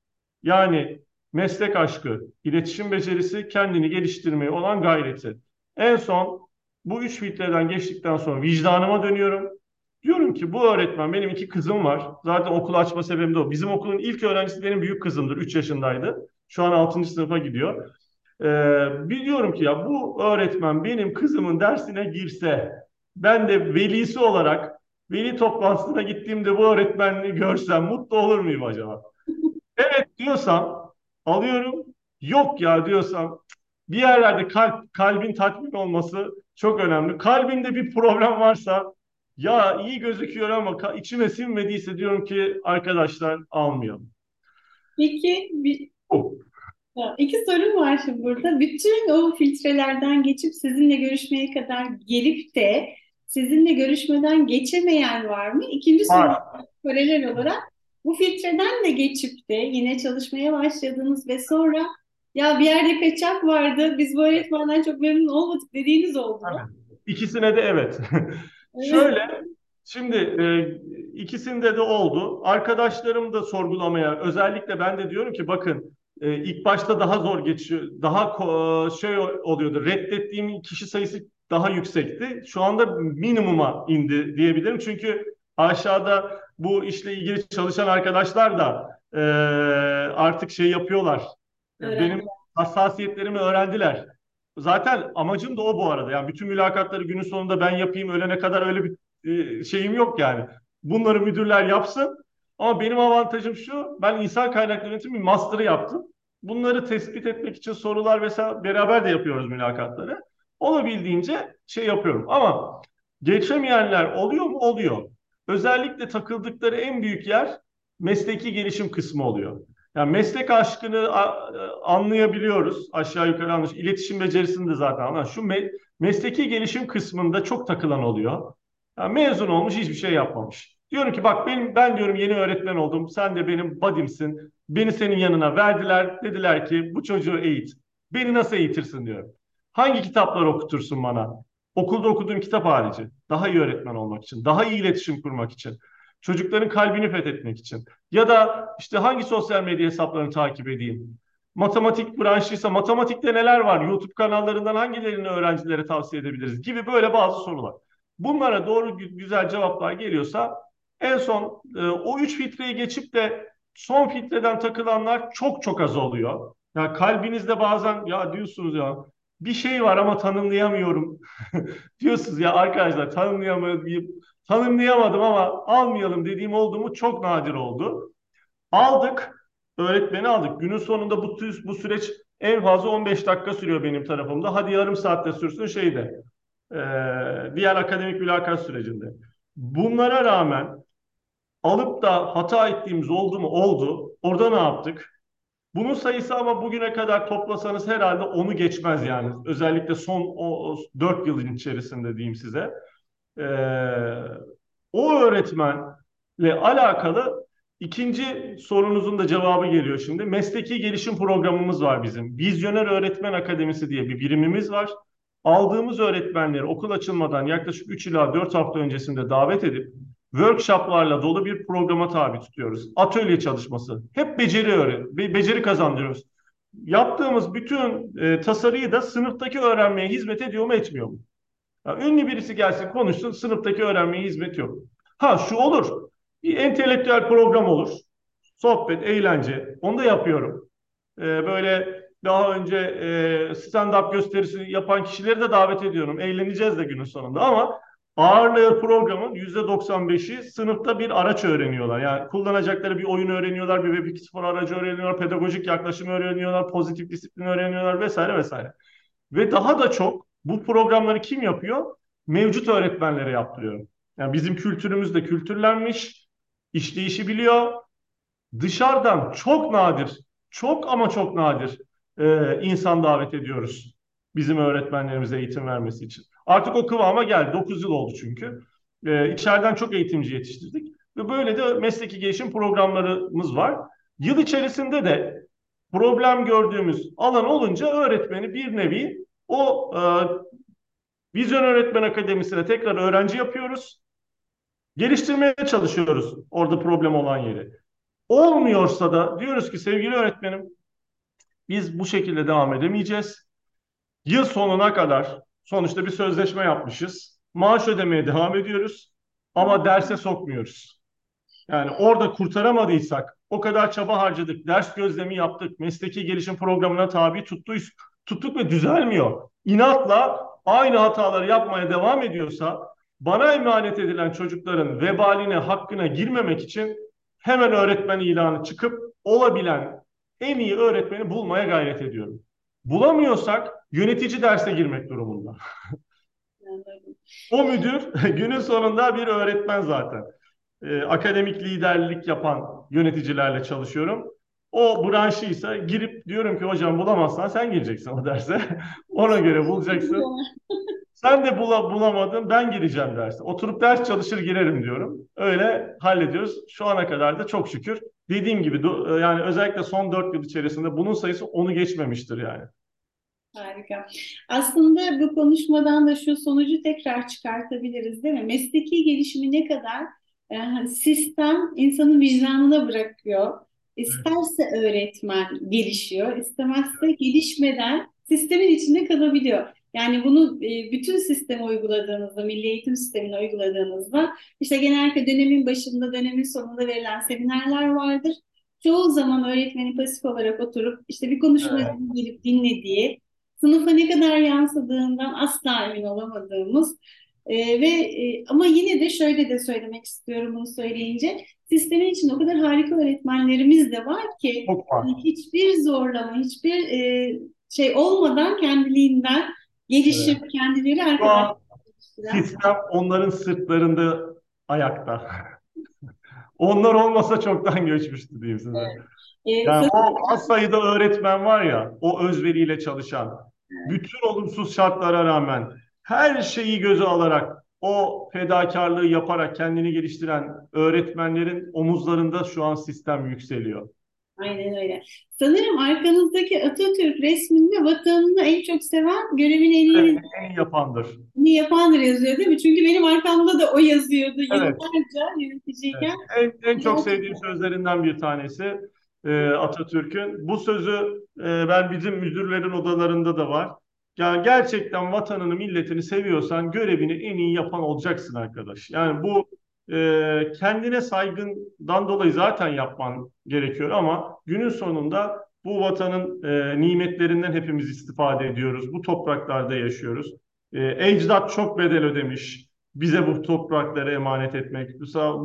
yani meslek aşkı, iletişim becerisi, kendini geliştirmeye olan gayreti. En son bu üç filtreden geçtikten sonra vicdanıma dönüyorum. Diyorum ki bu öğretmen, benim iki kızım var. Zaten okul açma sebebim de o. Bizim okulun ilk öğrencisi benim büyük kızımdır. 3 yaşındaydı. Şu an 6. sınıfa gidiyor. Biliyorum ki ya bu öğretmen benim kızımın dersine girse, ben de velisi olarak veli toplantısına gittiğimde bu öğretmenliği görsem mutlu olur muyum acaba? Evet diyorsam alıyorum. Yok ya diyorsam bir yerlerde kalbin tatmin olması çok önemli. Kalbinde bir problem varsa ya iyi gözüküyor ama içime sinmediyse diyorum ki arkadaşlar almayalım. Peki Oh, iki sorum var şimdi burada. Bütün o filtrelerden geçip sizinle görüşmeye kadar gelip de sizinle görüşmeden geçemeyen var mı? İkinci sorum var. paralel olarak bu filtreden de geçip de yine çalışmaya başladınız ve sonra ya bir yerde kaçak vardı, biz bu öğretmenden çok memnun olmadık dediğiniz oldu mu? Tabii. İkisine de evet. Evet. Şöyle, şimdi ikisinde de oldu. Arkadaşlarım da sorgulamaya, özellikle ben de diyorum ki bakın ilk başta daha zor geçiyor, daha şey oluyordu. Reddettiğim kişi sayısı daha yüksekti. Şu anda minimuma indi diyebilirim. Çünkü aşağıda bu işle ilgili çalışan arkadaşlar da artık şey yapıyorlar. Benim Öğrendim. hassasiyetlerimi öğrendiler. Zaten amacım da o bu arada. Yani bütün mülakatları günün sonunda ben yapayım ölene kadar öyle bir şeyim yok yani. Bunları müdürler yapsın. Ama benim avantajım şu. Ben insan kaynakları yönetimi bir master'ı yaptım. Bunları tespit etmek için sorular vesaire beraber de yapıyoruz mülakatları. Olabildiğince şey yapıyorum. Ama geçemeyenler oluyor mu? Oluyor. Özellikle takıldıkları en büyük yer mesleki gelişim kısmı oluyor. Yani meslek aşkını anlayabiliyoruz. Aşağı yukarı anlıyoruz. İletişim becerisini de zaten anlıyoruz. Mesleki gelişim kısmında çok takılan oluyor. Yani mezun olmuş hiçbir şey yapmamış. Diyorum ki bak ben diyorum yeni öğretmen oldum. Sen de benim buddy'msin. Beni senin yanına verdiler. Dediler ki bu çocuğu eğit. Beni nasıl eğitirsin diyorum. Hangi kitaplar okutursun bana? Okulda okuduğum kitap harici. Daha iyi öğretmen olmak için. Daha iyi iletişim kurmak için. Çocukların kalbini fethetmek için. Ya da işte hangi sosyal medya hesaplarını takip edeyim? Matematik branşıysa matematikte neler var? YouTube kanallarından hangilerini öğrencilere tavsiye edebiliriz? Gibi böyle bazı sorular. Bunlara doğru güzel cevaplar geliyorsa en son o üç filtreyi geçip de son filtreden takılanlar çok çok az oluyor. Ya kalbinizde bazen ya diyorsunuz ya bir şey var ama tanımlayamıyorum. Diyorsunuz ya arkadaşlar tanımlayamadım ama almayalım dediğim oldu mu çok nadir oldu. Aldık, öğretmeni aldık. Günün sonunda bu süreç en fazla 15 dakika sürüyor benim tarafımda. Hadi yarım saatte sürsün şeyde. e, Diğer akademik mülakat sürecinde. Bunlara rağmen alıp da hata ettiğimiz oldu mu? Oldu. Orada ne yaptık? Bunun sayısı ama bugüne kadar toplasanız herhalde onu geçmez yani. Özellikle son o 4 yılın içerisinde diyeyim size. Ee, O öğretmenle alakalı ikinci sorunuzun da cevabı geliyor şimdi. Mesleki gelişim programımız var bizim. Vizyoner Öğretmen Akademisi diye bir birimimiz var. Aldığımız öğretmenleri okul açılmadan yaklaşık 3 ila 4 hafta öncesinde davet edip workshoplarla dolu bir programa tabi tutuyoruz. Atölye çalışması. Hep beceri kazandırıyoruz. Yaptığımız bütün tasarıyı da sınıftaki öğrenmeye hizmet ediyor mu etmiyor mu? Ya ünlü birisi gelsin konuşsun sınıftaki öğrenmeye hizmet yok. Ha şu olur. Bir entelektüel program olur. Sohbet, eğlence. Onu da yapıyorum. Böyle daha önce stand-up gösterisi yapan kişileri de davet ediyorum. Eğleneceğiz de günün sonunda ama ağırlığı programın %95'i sınıfta bir araç öğreniyorlar. Yani kullanacakları bir oyun öğreniyorlar, bir Web 2.0 aracı öğreniyorlar, pedagojik yaklaşım öğreniyorlar, pozitif disiplin öğreniyorlar vesaire vesaire. Ve daha da çok bu programları kim yapıyor? Mevcut öğretmenlere yaptırıyorum. Yani bizim kültürümüz de kültürlenmiş, işleyişi biliyor. Dışarıdan çok nadir çok ama çok nadir insan davet ediyoruz bizim öğretmenlerimize eğitim vermesi için. Artık o kıvama geldi. 9 yıl oldu çünkü. İçeriden çok eğitimci yetiştirdik. Ve böyle de mesleki gelişim programlarımız var. Yıl içerisinde de problem gördüğümüz alan olunca öğretmeni bir nevi o Vizyon Öğretmen Akademisi'ne tekrar öğrenci yapıyoruz. Geliştirmeye çalışıyoruz orada problem olan yeri. Olmuyorsa da diyoruz ki sevgili öğretmenim biz bu şekilde devam edemeyeceğiz. Yıl sonuna kadar sonuçta bir sözleşme yapmışız. Maaş ödemeye devam ediyoruz ama derse sokmuyoruz. Yani orada kurtaramadıysak, o kadar çaba harcadık, ders gözlemi yaptık, mesleki gelişim programına tabi tuttuk ve düzelmiyor. İnatla aynı hataları yapmaya devam ediyorsa, bana emanet edilen çocukların vebaline, hakkına girmemek için hemen öğretmen ilanı çıkıp olabilen en iyi öğretmeni bulmaya gayret ediyorum. Bulamıyorsak yönetici derse girmek durumunda. O müdür günün sonunda bir öğretmen zaten. Akademik liderlik yapan yöneticilerle çalışıyorum. O branşıysa girip diyorum ki hocam bulamazsan sen gireceksin o derse. Ona göre bulacaksın. Sen de bulamadın ben gireceğim derse. Oturup ders çalışır girerim diyorum. Öyle hallediyoruz. Şu ana kadar da çok şükür. Dediğim gibi yani özellikle son 4 yıl içerisinde bunun sayısı onu geçmemiştir yani. Harika. Aslında bu konuşmadan da şu sonucu tekrar çıkartabiliriz, değil mi? Mesleki gelişimi ne kadar sistem insanın vicdanına bırakıyor. İsterse öğretmen gelişiyor, istemezse gelişmeden sistemin içinde kalabiliyor. Yani bunu bütün sisteme uyguladığınızda, milli eğitim sistemine uyguladığınızda işte genellikle dönemin başında, dönemin sonunda verilen seminerler vardır. Çoğu zaman öğretmenin pasif olarak oturup işte bir konuşmacının Evet. gelip dinlediği, sınıfa ne kadar yansıdığından asla emin olamadığımız ama yine de şöyle de söylemek istiyorum bunu söyleyince sistemin içinde o kadar harika öğretmenlerimiz de var ki Çok var. hiçbir zorlama, hiçbir şey olmadan kendiliğinden Evet. gelişip kendileri Şu arkadaşlar an geliştiren. sistem onların sırtlarında ayakta. Onlar olmasa çoktan göçmüştü diyeyim size. Yani o az sayıda öğretmen var ya, o özveriyle çalışan, bütün olumsuz şartlara rağmen her şeyi göze alarak, o fedakarlığı yaparak kendini geliştiren öğretmenlerin omuzlarında şu an sistem yükseliyor. Aynen öyle. Sanırım arkanızdaki Atatürk resminde vatanını en çok seven, görevini en Evet, iyi en yapandır. yapandır yazıyor, değil mi? Çünkü benim arkamda da o yazıyordu Evet. yıllarca Evet. yöneticiyken. En çok sevdiğim Gerçekten. sözlerinden bir tanesi Atatürk'ün. Bu sözü ben bizim müdürlerin odalarında da var. Yani gerçekten vatanını, milletini seviyorsan görevini en iyi yapan olacaksın arkadaş. Yani bu kendine saygından dolayı zaten yapman gerekiyor ama günün sonunda bu vatanın nimetlerinden hepimiz istifade ediyoruz. Bu topraklarda yaşıyoruz. Ecdat çok bedel ödemiş bize bu toprakları emanet etmek,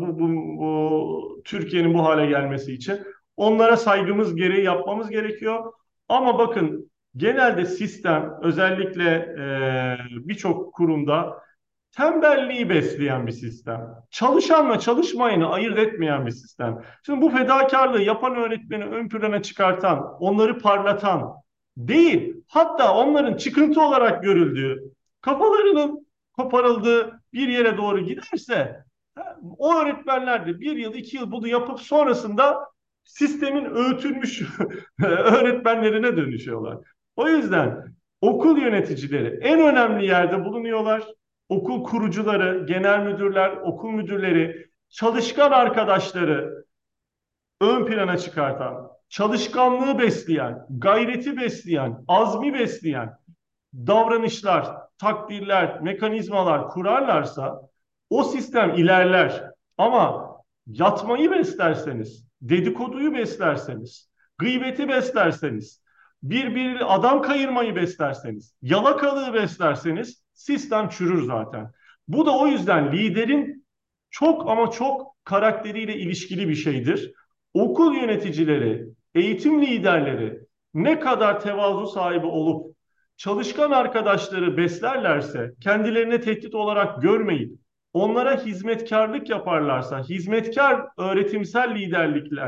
bu Türkiye'nin bu hale gelmesi için onlara saygımız gereği yapmamız gerekiyor. Ama bakın genelde sistem özellikle birçok kurumda tembelliği besleyen bir sistem. Çalışanla çalışmayanı ayırt etmeyen bir sistem. Şimdi bu fedakarlığı yapan öğretmeni ön plana çıkartan, onları parlatan değil, hatta onların çıkıntı olarak görüldüğü, kafalarının koparıldığı bir yere doğru giderse o öğretmenler de bir yıl, 2 yıl bunu yapıp sonrasında sistemin öğütülmüş öğretmenlerine dönüşüyorlar. O yüzden okul yöneticileri en önemli yerde bulunuyorlar. Okul kurucuları, genel müdürler, okul müdürleri, çalışkan arkadaşları ön plana çıkartan, çalışkanlığı besleyen, gayreti besleyen, azmi besleyen davranışlar, takdirler, mekanizmalar kurarlarsa o sistem ilerler. Ama yatmayı beslerseniz, dedikoduyu beslerseniz, gıybeti beslerseniz, bir adam kayırmayı beslerseniz, yalakalığı beslerseniz sistem çürür zaten. Bu da o yüzden liderin çok ama çok karakteriyle ilişkili bir şeydir. Okul yöneticileri, eğitim liderleri ne kadar tevazu sahibi olup çalışkan arkadaşları beslerlerse, kendilerine tehdit olarak görmeyip, onlara hizmetkarlık yaparlarsa, hizmetkar öğretimsel liderlikler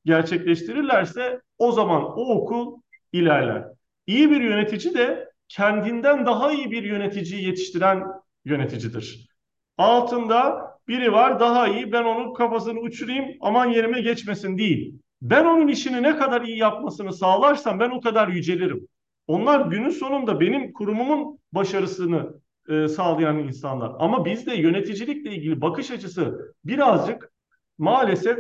gerçekleştirirlerse o zaman o okul ilerler. İyi bir yönetici de kendinden daha iyi bir yöneticiyi yetiştiren yöneticidir. Altında biri var daha iyi, ben onun kafasını uçurayım aman yerime geçmesin değil. Ben onun işini ne kadar iyi yapmasını sağlarsam ben o kadar yücelirim. Onlar günün sonunda benim kurumumun başarısını sağlayan insanlar. Ama bizde yöneticilikle ilgili bakış açısı birazcık maalesef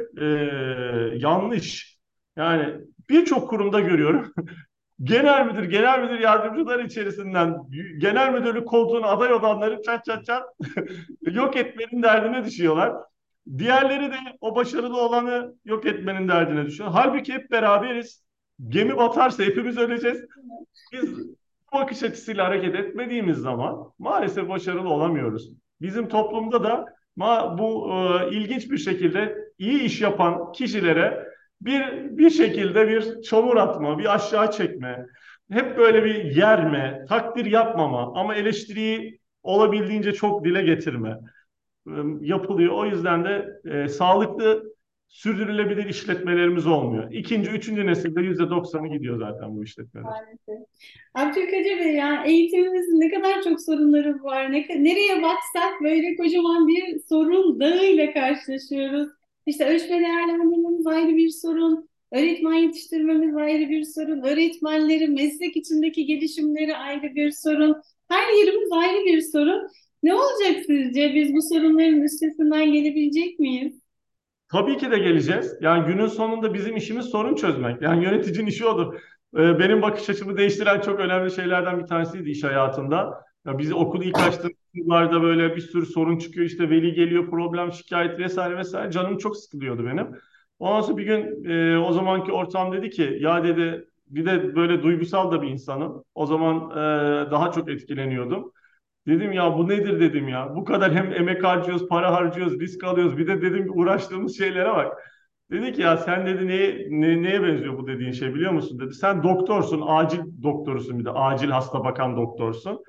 yanlış. Yani birçok kurumda görüyorum. Genel müdür, genel müdür yardımcılar içerisinden genel müdürlük koltuğuna aday olanları çat çat çat yok etmenin derdine düşüyorlar. Diğerleri de o başarılı olanı yok etmenin derdine düşüyor. Halbuki hep beraberiz. Gemi batarsa hepimiz öleceğiz. Biz bu bakış açısıyla hareket etmediğimiz zaman maalesef başarılı olamıyoruz. Bizim toplumda da bu ilginç bir şekilde iyi iş yapan kişilere bir şekilde bir çamur atma, bir aşağı çekme, hep böyle bir yerme, takdir yapmama ama eleştiriyi olabildiğince çok dile getirme yapılıyor. O yüzden de sağlıklı sürdürülebilir işletmelerimiz olmuyor. İkinci, üçüncü nesilde %90'ı gidiyor zaten bu işletmeler. Maalesef. Abdülkadir Bey, ya eğitimimizin ne kadar çok sorunları var. Nereye baksak böyle kocaman bir sorun dağıyla karşılaşıyoruz. İşte ölçme değerlendirmemiz ayrı bir sorun. Öğretmen yetiştirmemiz ayrı bir sorun. Öğretmenlerin meslek içindeki gelişimleri ayrı bir sorun. Her yerimiz ayrı bir sorun. Ne olacak sizce? Biz bu sorunların üstesinden gelebilecek miyiz? Tabii ki de geleceğiz. Yani günün sonunda bizim işimiz sorun çözmek. Yani yöneticinin işi odur. Benim bakış açımı değiştiren çok önemli şeylerden bir tanesiydi iş hayatında. Ya biz okul ilk açtığımız yıllarda böyle bir sürü sorun çıkıyor. İşte veli geliyor, problem, şikayet vesaire vesaire. Canım çok sıkılıyordu benim. Ondan sonra bir gün o zamanki ortam dedi ki ya dedi bir de böyle duygusal da bir insanım. O zaman daha çok etkileniyordum. Dedim ya bu nedir dedim ya. Bu kadar hem emek harcıyoruz, para harcıyoruz, risk alıyoruz. Bir de dedim uğraştığımız şeylere bak. Dedi ki ya sen dedi neye benziyor bu dediğin şey biliyor musun dedi. Sen doktorsun, acil doktorusun bir de. Acil hasta bakan doktorsun.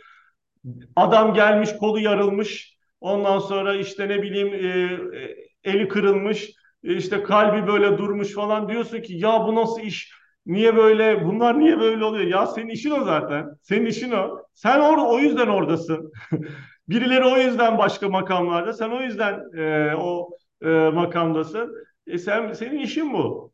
Adam gelmiş kolu yarılmış. Ondan sonra işte ne bileyim eli kırılmış. İşte kalbi böyle durmuş falan. Diyorsun ki ya bu nasıl iş? Niye böyle? Bunlar niye böyle oluyor? Ya senin işin o zaten. Senin işin o. Sen orada o yüzden oradasın. Birileri o yüzden başka makamlarda. Sen o yüzden makamdasın. Senin işin bu.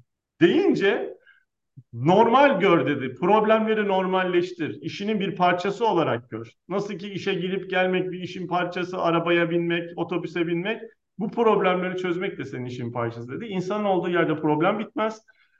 Deyince normal gör dedi. Problemleri normalleştir. İşinin bir parçası olarak gör. Nasıl ki işe gidip gelmek bir işin parçası, arabaya binmek, otobüse binmek, bu problemleri çözmek de senin işin parçası dedi. İnsanın olduğu yerde problem bitmez.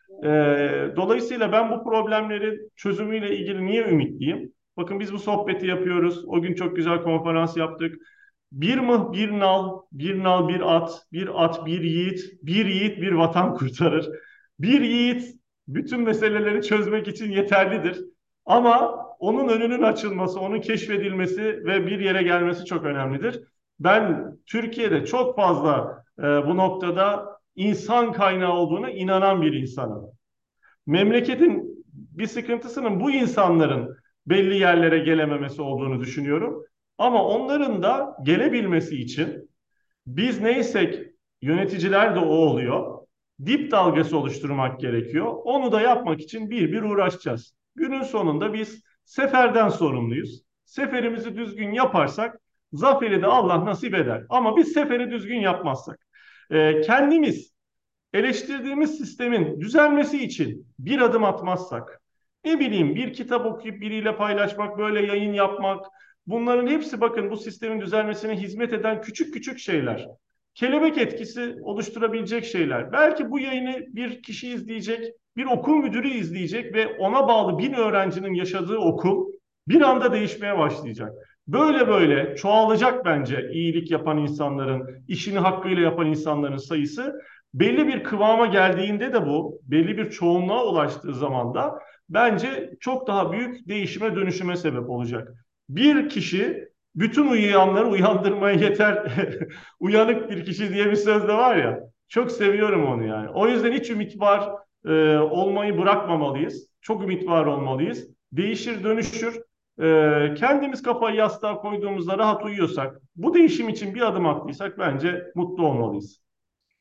Dolayısıyla ben bu problemlerin çözümüyle ilgili niye ümitliyim? Bakın biz bu sohbeti yapıyoruz. O gün çok güzel konferans yaptık. Bir mıh, bir nal, bir nal, bir at, bir at, bir yiğit, bir yiğit bir vatan kurtarır. Bir yiğit bütün meseleleri çözmek için yeterlidir. Ama onun önünün açılması, onun keşfedilmesi ve bir yere gelmesi çok önemlidir. Ben Türkiye'de çok fazla bu noktada insan kaynağı olduğuna inanan bir insanım. Memleketin bir sıkıntısının bu insanların belli yerlere gelememesi olduğunu düşünüyorum. Ama onların da gelebilmesi için biz neysek yöneticiler de o oluyor. Dip dalgası oluşturmak gerekiyor. Onu da yapmak için bir uğraşacağız. Günün sonunda biz seferden sorumluyuz. Seferimizi düzgün yaparsak zaferi de Allah nasip eder. Ama biz seferi düzgün yapmazsak, kendimiz eleştirdiğimiz sistemin düzelmesi için bir adım atmazsak, ne bileyim bir kitap okuyup biriyle paylaşmak, böyle yayın yapmak, bunların hepsi bakın bu sistemin düzelmesine hizmet eden küçük küçük şeyler. Kelebek etkisi oluşturabilecek şeyler. Belki bu yayını bir kişi izleyecek, bir okul müdürü izleyecek ve ona bağlı 1.000 öğrencinin yaşadığı okul bir anda değişmeye başlayacak. Böyle böyle çoğalacak bence iyilik yapan insanların, işini hakkıyla yapan insanların sayısı belli bir kıvama geldiğinde de bu belli bir çoğunluğa ulaştığı zaman da bence çok daha büyük değişime dönüşüme sebep olacak. Bir kişi bütün uyuyanları uyandırmaya yeter uyanık bir kişi diye bir söz de var ya çok seviyorum onu yani. O yüzden hiç ümit var olmayı bırakmamalıyız. Çok ümit var olmalıyız. Değişir dönüşür. Kendimiz kafayı yastığa koyduğumuzda rahat uyuyorsak bu değişim için bir adım attıysak bence mutlu olmalıyız.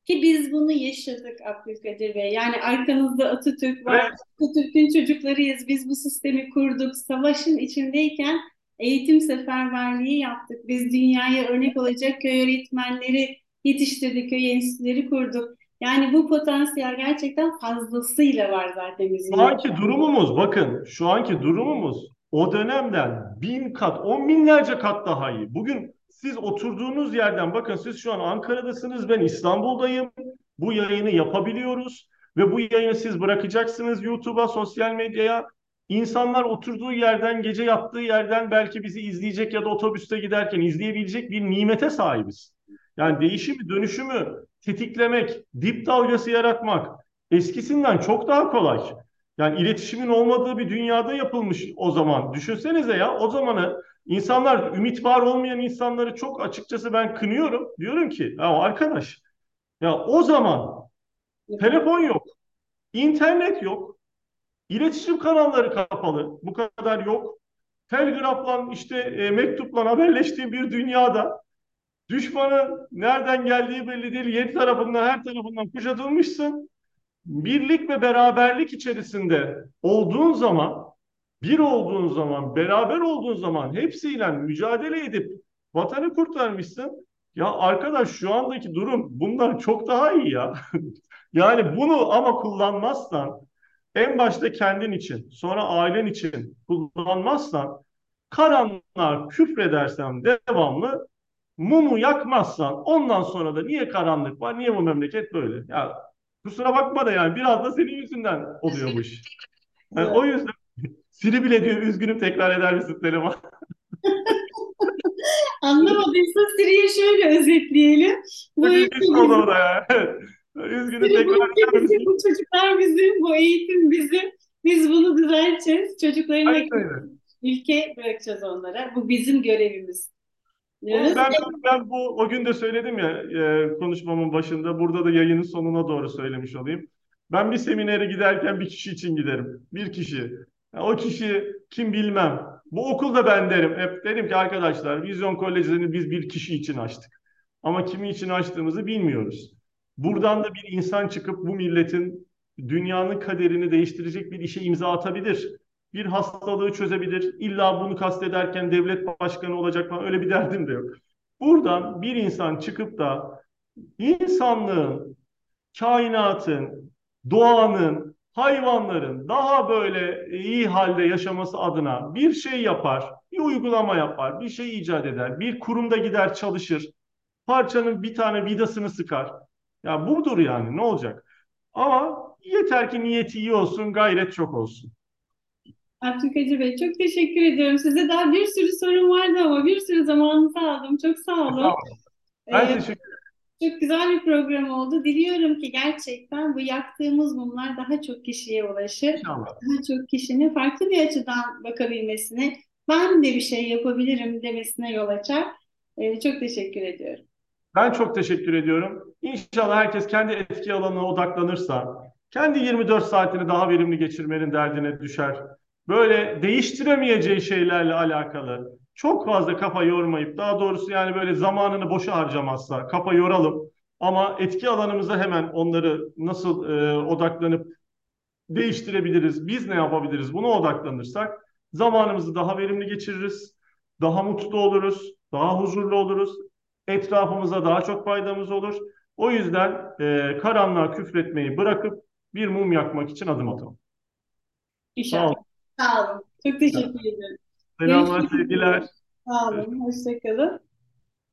Ki biz bunu yaşadık Abdülkadir Bey. Yani arkanızda Atatürk var. Evet, Atatürk'ün çocuklarıyız. Biz bu sistemi kurduk. Savaşın içindeyken eğitim seferberliği yaptık. Biz dünyaya örnek olacak köy öğretmenleri yetiştirdik, köy enstitüleri kurduk. Yani bu potansiyel gerçekten fazlasıyla var zaten bizim şu anki durumumuz, bakın şu anki durumumuz o dönemden 1000 kat, 10 binlerce kat daha iyi. Bugün siz oturduğunuz yerden, bakın siz şu an Ankara'dasınız, ben İstanbul'dayım. Bu yayını yapabiliyoruz ve bu yayını siz bırakacaksınız YouTube'a, sosyal medyaya. İnsanlar oturduğu yerden, gece yattığı yerden belki bizi izleyecek ya da otobüste giderken izleyebilecek bir nimete sahibiz. Yani değişimi, dönüşümü tetiklemek, dip dalgası yaratmak eskisinden çok daha kolay. Yani iletişimin olmadığı bir dünyada yapılmış o zaman. Düşünsenize ya, o zamanı insanlar, ümit var olmayan insanları çok açıkçası ben kınıyorum. Diyorum ki ya arkadaş, ya o zaman telefon yok, internet yok, iletişim kanalları kapalı, bu kadar yok. Telgrafla işte mektupla haberleştiğim bir dünyada düşmanın nereden geldiği belli değil. Yedi tarafından, her tarafından kuşatılmışsın. Birlik ve beraberlik içerisinde olduğun zaman, bir olduğun zaman, beraber olduğun zaman hepsiyle mücadele edip vatanı kurtarmışsın. Ya arkadaş, şu andaki durum bundan çok daha iyi ya. Yani bunu ama kullanmazsan, en başta kendin için, sonra ailen için kullanmazsan, karanlığa küfredersen devamlı, mumu yakmazsan, ondan sonra da niye karanlık var, niye bu memleket böyle? Ya kusura bakma da yani biraz da senin yüzünden oluyor bu iş. Yani Evet. o yüzden Siri bile diyor üzgünüm, tekrar eder misin Süleyman? Anlamadıysa Siri'yi şöyle özetleyelim. Bu Üzülmüş eğitim oldu bizim, o da ya. Üzgünüm, Siri bu tekrar ülke eder bizim, misin? bu çocuklar bizim, bu eğitim bizim. Biz bunu düzelteceğiz. Çocukların hak Aynen ettiği öyle. ülke bırakacağız onlara. Bu bizim görevimiz Onu diyoruz. ben bu o gün de söyledim ya, konuşmamın başında, burada da yayının sonuna doğru söylemiş olayım. Ben bir seminere giderken bir kişi için giderim. Bir kişi. Ya o kişi kim bilmem. Bu okulda ben derim. Hep derim ki arkadaşlar, Vizyon Koleji'ni biz bir kişi için açtık. Ama kimi için açtığımızı bilmiyoruz. Buradan da bir insan çıkıp bu milletin, dünyanın kaderini değiştirecek bir işe imza atabilir. Bir hastalığı çözebilir. İlla bunu kastederken devlet başkanı olacak falan, öyle bir derdim de yok. Buradan bir insan çıkıp da insanlığın, kainatın, doğanın, hayvanların daha böyle iyi halde yaşaması adına bir şey yapar, bir uygulama yapar, bir şey icat eder, bir kurumda gider çalışır, parçanın bir tane vidasını sıkar. Ya budur yani, ne olacak? Ama yeter ki niyeti iyi olsun, gayret çok olsun. Abdülkadir Bey çok teşekkür ediyorum. Size daha bir sürü sorum vardı ama bir sürü zamanınızı aldım. Çok sağ olun. Tamam. Ben Ee, teşekkür Çok güzel bir program oldu. Diliyorum ki gerçekten bu yaktığımız mumlar daha çok kişiye ulaşır. inşallah. Daha çok kişinin farklı bir açıdan bakabilmesini, ben de bir şey yapabilirim demesine yol açar. Çok teşekkür ediyorum. Ben çok teşekkür ediyorum. İnşallah herkes kendi etki alanına odaklanırsa, kendi 24 saatini daha verimli geçirmenin derdine düşer. Böyle değiştiremeyeceği şeylerle alakalı çok fazla kafa yormayıp, daha doğrusu yani böyle zamanını boşa harcamazsa, kafa yoralım. Ama etki alanımıza hemen onları nasıl odaklanıp değiştirebiliriz, biz ne yapabiliriz, buna odaklanırsak zamanımızı daha verimli geçiririz, daha mutlu oluruz, daha huzurlu oluruz, etrafımıza daha çok faydamız olur. O yüzden karanlığa küfretmeyi bırakıp bir mum yakmak için adım atalım. Sağ İnşallah. olun. Sağ olun. Çok teşekkür ederim. Selamlar, Görüşmek sevgiler. üzere. Sağ olun. Hoşça kalın.